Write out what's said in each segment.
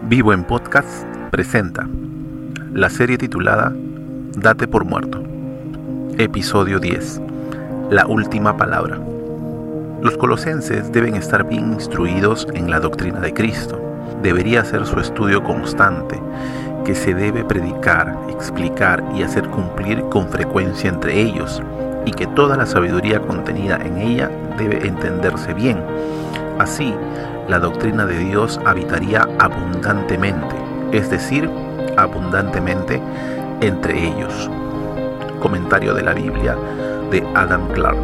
Vivo en Podcast presenta la serie titulada Date por muerto. Episodio 10. La última palabra. Los colosenses deben estar bien instruidos en la doctrina de Cristo. Debería ser su estudio constante, que se debe predicar, explicar y hacer cumplir con frecuencia entre ellos, y que toda la sabiduría contenida en ella debe entenderse bien. Así, la doctrina de Dios habitaría abundantemente, es decir, abundantemente entre ellos. Comentario de la Biblia de Adam Clarke.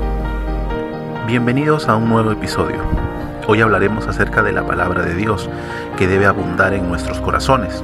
Bienvenidos a un nuevo episodio. Hoy hablaremos acerca de la palabra de Dios que debe abundar en nuestros corazones.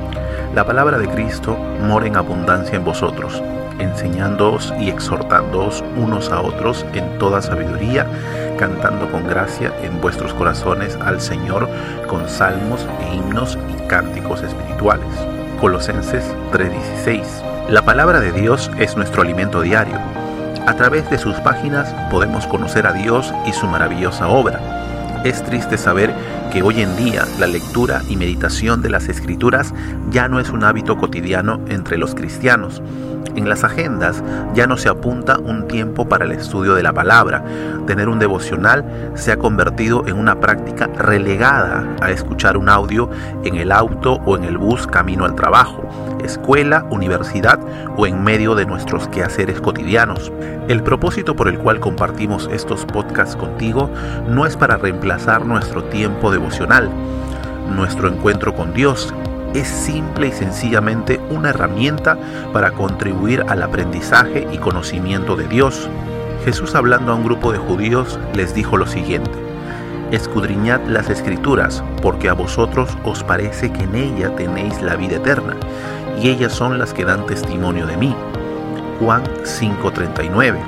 La palabra de Cristo mora en abundancia en vosotros, enseñándoos y exhortándoos unos a otros en toda sabiduría, cantando con gracia en vuestros corazones al Señor con salmos e himnos y cánticos espirituales. Colosenses 3:16. La palabra de Dios es nuestro alimento diario. A través de sus páginas podemos conocer a Dios y su maravillosa obra. Es triste saber que hoy en día la lectura y meditación de las Escrituras ya no es un hábito cotidiano entre los cristianos. En las agendas ya no se apunta un tiempo para el estudio de la palabra. Tener un devocional se ha convertido en una práctica relegada a escuchar un audio en el auto o en el bus camino al trabajo, escuela, universidad o en medio de nuestros quehaceres cotidianos. El propósito por el cual compartimos estos podcasts contigo no es para reemplazar nuestro tiempo devocional. Nuestro encuentro con Dios es simple y sencillamente una herramienta para contribuir al aprendizaje y conocimiento de Dios. Jesús, hablando a un grupo de judíos, les dijo lo siguiente: escudriñad las Escrituras, porque a vosotros os parece que en ella tenéis la vida eterna, y ellas son las que dan testimonio de mí. Juan 5:39.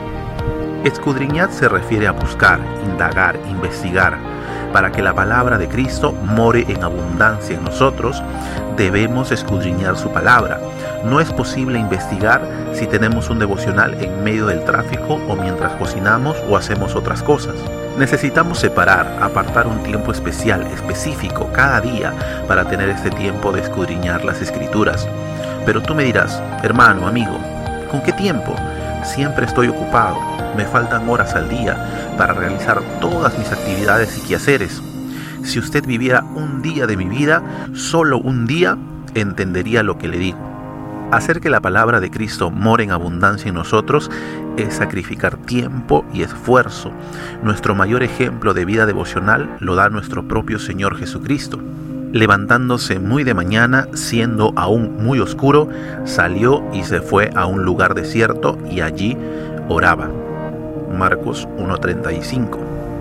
Escudriñad se refiere a buscar, indagar, investigar. Para que la palabra de Cristo more en abundancia en nosotros, debemos escudriñar su palabra. No es posible investigar si tenemos un devocional en medio del tráfico o mientras cocinamos o hacemos otras cosas. Necesitamos separar, apartar un tiempo especial, específico, cada día para tener este tiempo de escudriñar las Escrituras. Pero tú me dirás, hermano, amigo, ¿con qué tiempo? Siempre estoy ocupado, me faltan horas al día para realizar todas mis actividades y quehaceres. Si usted viviera un día de mi vida, solo un día, entendería lo que le digo. Hacer que la palabra de Cristo more en abundancia en nosotros es sacrificar tiempo y esfuerzo. Nuestro mayor ejemplo de vida devocional lo da nuestro propio Señor Jesucristo. Levantándose muy de mañana, siendo aún muy oscuro, salió y se fue a un lugar desierto y allí oraba. Marcos 1:35.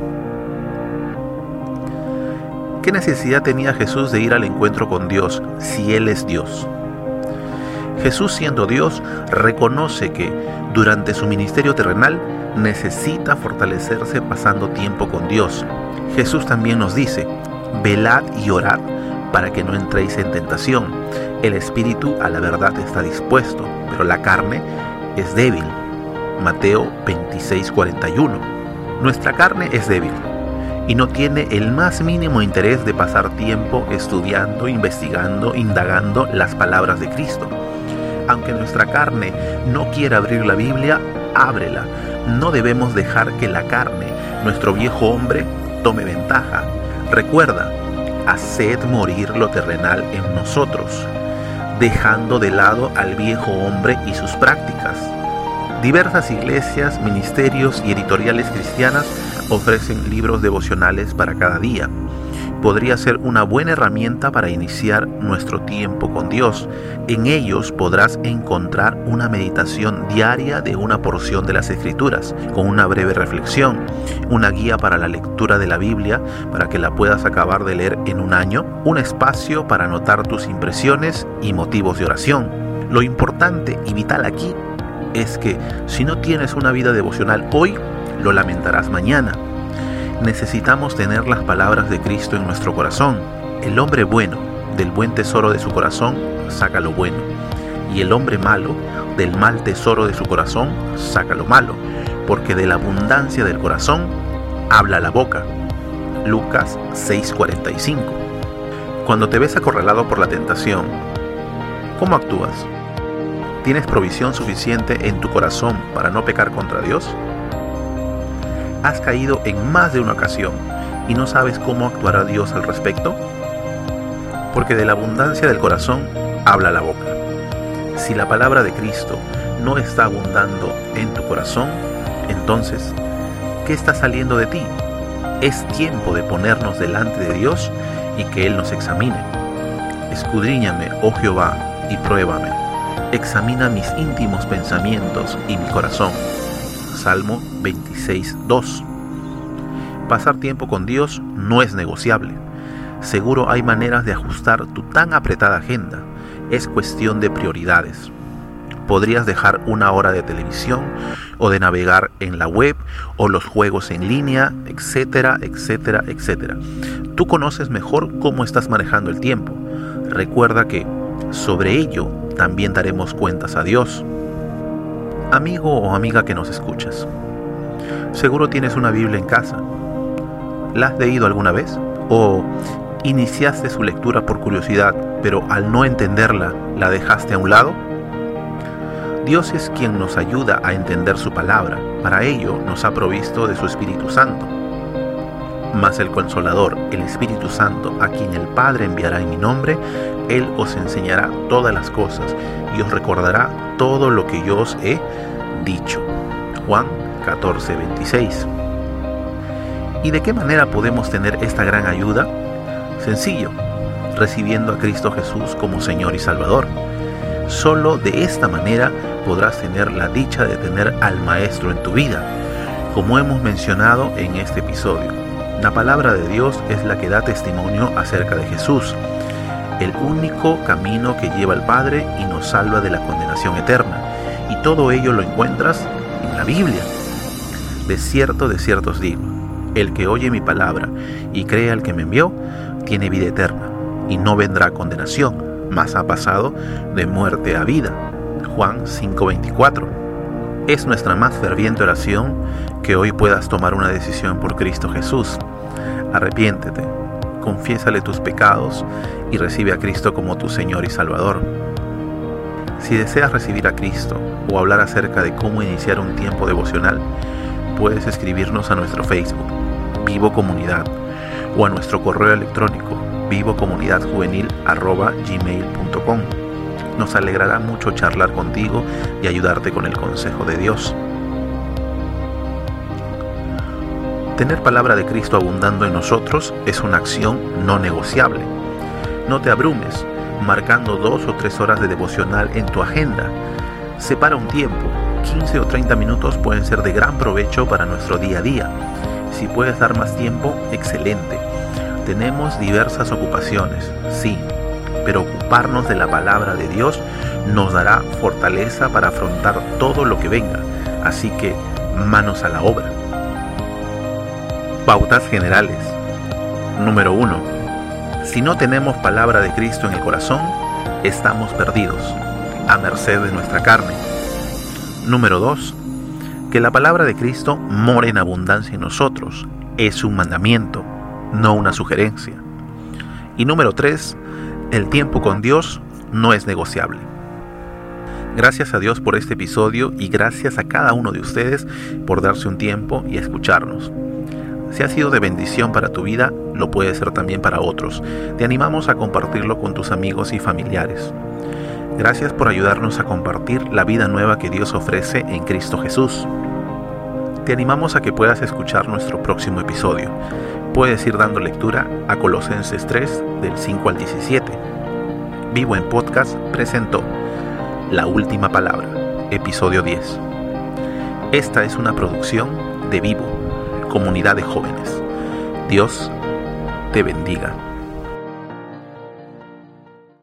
¿Qué necesidad tenía Jesús de ir al encuentro con Dios si Él es Dios? Jesús, siendo Dios, reconoce que durante su ministerio terrenal necesita fortalecerse pasando tiempo con Dios. Jesús también nos dice: velad y orad para que no entréis en tentación. El espíritu a la verdad está dispuesto, pero la carne es débil. Mateo 26:41. Nuestra carne es débil y no tiene el más mínimo interés de pasar tiempo estudiando, investigando, indagando las palabras de Cristo. Aunque nuestra carne no quiera abrir la Biblia, ábrela. No debemos dejar que la carne, nuestro viejo hombre, tome ventaja. Recuerda, haced morir lo terrenal en nosotros, dejando de lado al viejo hombre y sus prácticas. Diversas iglesias, ministerios y editoriales cristianas ofrecen libros devocionales para cada día. Podría ser una buena herramienta para iniciar nuestro tiempo con Dios. En ellos podrás encontrar una meditación diaria de una porción de las Escrituras, con una breve reflexión, una guía para la lectura de la Biblia para que la puedas acabar de leer en un año, un espacio para anotar tus impresiones y motivos de oración. Lo importante y vital aquí es que si no tienes una vida devocional hoy, lo lamentarás mañana. Necesitamos tener las palabras de Cristo en nuestro corazón. El hombre bueno, del buen tesoro de su corazón, saca lo bueno. Y el hombre malo, del mal tesoro de su corazón, saca lo malo. Porque de la abundancia del corazón, habla la boca. Lucas 6:45. Cuando te ves acorralado por la tentación, ¿cómo actúas? ¿Tienes provisión suficiente en tu corazón para no pecar contra Dios? ¿Has caído en más de una ocasión y no sabes cómo actuará Dios al respecto? Porque de la abundancia del corazón habla la boca. Si la palabra de Cristo no está abundando en tu corazón, entonces, ¿qué está saliendo de ti? Es tiempo de ponernos delante de Dios y que Él nos examine. Escudriñame, oh Jehová, y pruébame. Examina mis íntimos pensamientos y mi corazón. Salmo 26:2. Pasar tiempo con Dios no es negociable. Seguro hay maneras de ajustar tu tan apretada agenda. Es cuestión de prioridades. Podrías dejar 1 hora de televisión o de navegar en la web o los juegos en línea, etcétera, etcétera, etcétera. Tú conoces mejor cómo estás manejando el tiempo. Recuerda que sobre ello también daremos cuentas a Dios. Amigo o amiga que nos escuchas, seguro tienes una Biblia en casa. ¿La has leído alguna vez? ¿O iniciaste su lectura por curiosidad, pero al no entenderla, la dejaste a un lado? Dios es quien nos ayuda a entender su palabra. Para ello nos ha provisto de su Espíritu Santo. Mas el Consolador, el Espíritu Santo, a quien el Padre enviará en mi nombre, Él os enseñará todas las cosas y os recordará todo lo que yo os he dicho. Juan 14:26. ¿Y de qué manera podemos tener esta gran ayuda? Sencillo, recibiendo a Cristo Jesús como Señor y Salvador. Solo de esta manera podrás tener la dicha de tener al Maestro en tu vida. Como hemos mencionado en este episodio, la palabra de Dios es la que da testimonio acerca de Jesús, el único camino que lleva al Padre y nos salva de la condenación eterna. Y todo ello lo encuentras en la Biblia. De cierto os digo, el que oye mi palabra y cree al que me envió, tiene vida eterna, y no vendrá a condenación, mas ha pasado de muerte a vida. Juan 5:24. Es nuestra más ferviente oración que hoy puedas tomar una decisión por Cristo Jesús. Arrepiéntete, confiésale tus pecados y recibe a Cristo como tu Señor y Salvador. Si deseas recibir a Cristo o hablar acerca de cómo iniciar un tiempo devocional, puedes escribirnos a nuestro Facebook, Vivo Comunidad, o a nuestro correo electrónico, vivocomunidadjuvenil@gmail.com. Nos alegrará mucho charlar contigo y ayudarte con el consejo de Dios. Tener palabra de Cristo abundando en nosotros es una acción no negociable. No te abrumes, marcando 2 o 3 horas de devocional en tu agenda. Separa un tiempo, 15 o 30 minutos pueden ser de gran provecho para nuestro día a día. Si puedes dar más tiempo, excelente. Tenemos diversas ocupaciones, sí, pero ocuparnos de la palabra de Dios nos dará fortaleza para afrontar todo lo que venga. Así que, manos a la obra. Pautas generales. Número 1. Si no tenemos palabra de Cristo en el corazón, estamos perdidos, a merced de nuestra carne. Número 2. Que la palabra de Cristo more en abundancia en nosotros. Es un mandamiento, no una sugerencia. Y número 3. El tiempo con Dios no es negociable. Gracias a Dios por este episodio y gracias a cada uno de ustedes por darse un tiempo y escucharnos. Si ha sido de bendición para tu vida, lo puede ser también para otros. Te animamos a compartirlo con tus amigos y familiares. Gracias por ayudarnos a compartir la vida nueva que Dios ofrece en Cristo Jesús. Te animamos a que puedas escuchar nuestro próximo episodio. Puedes ir dando lectura a Colosenses 3, del 5 al 17. Vivo en Podcast presentó La Última Palabra, episodio 10. Esta es una producción de Vivo, comunidad de jóvenes. Dios te bendiga.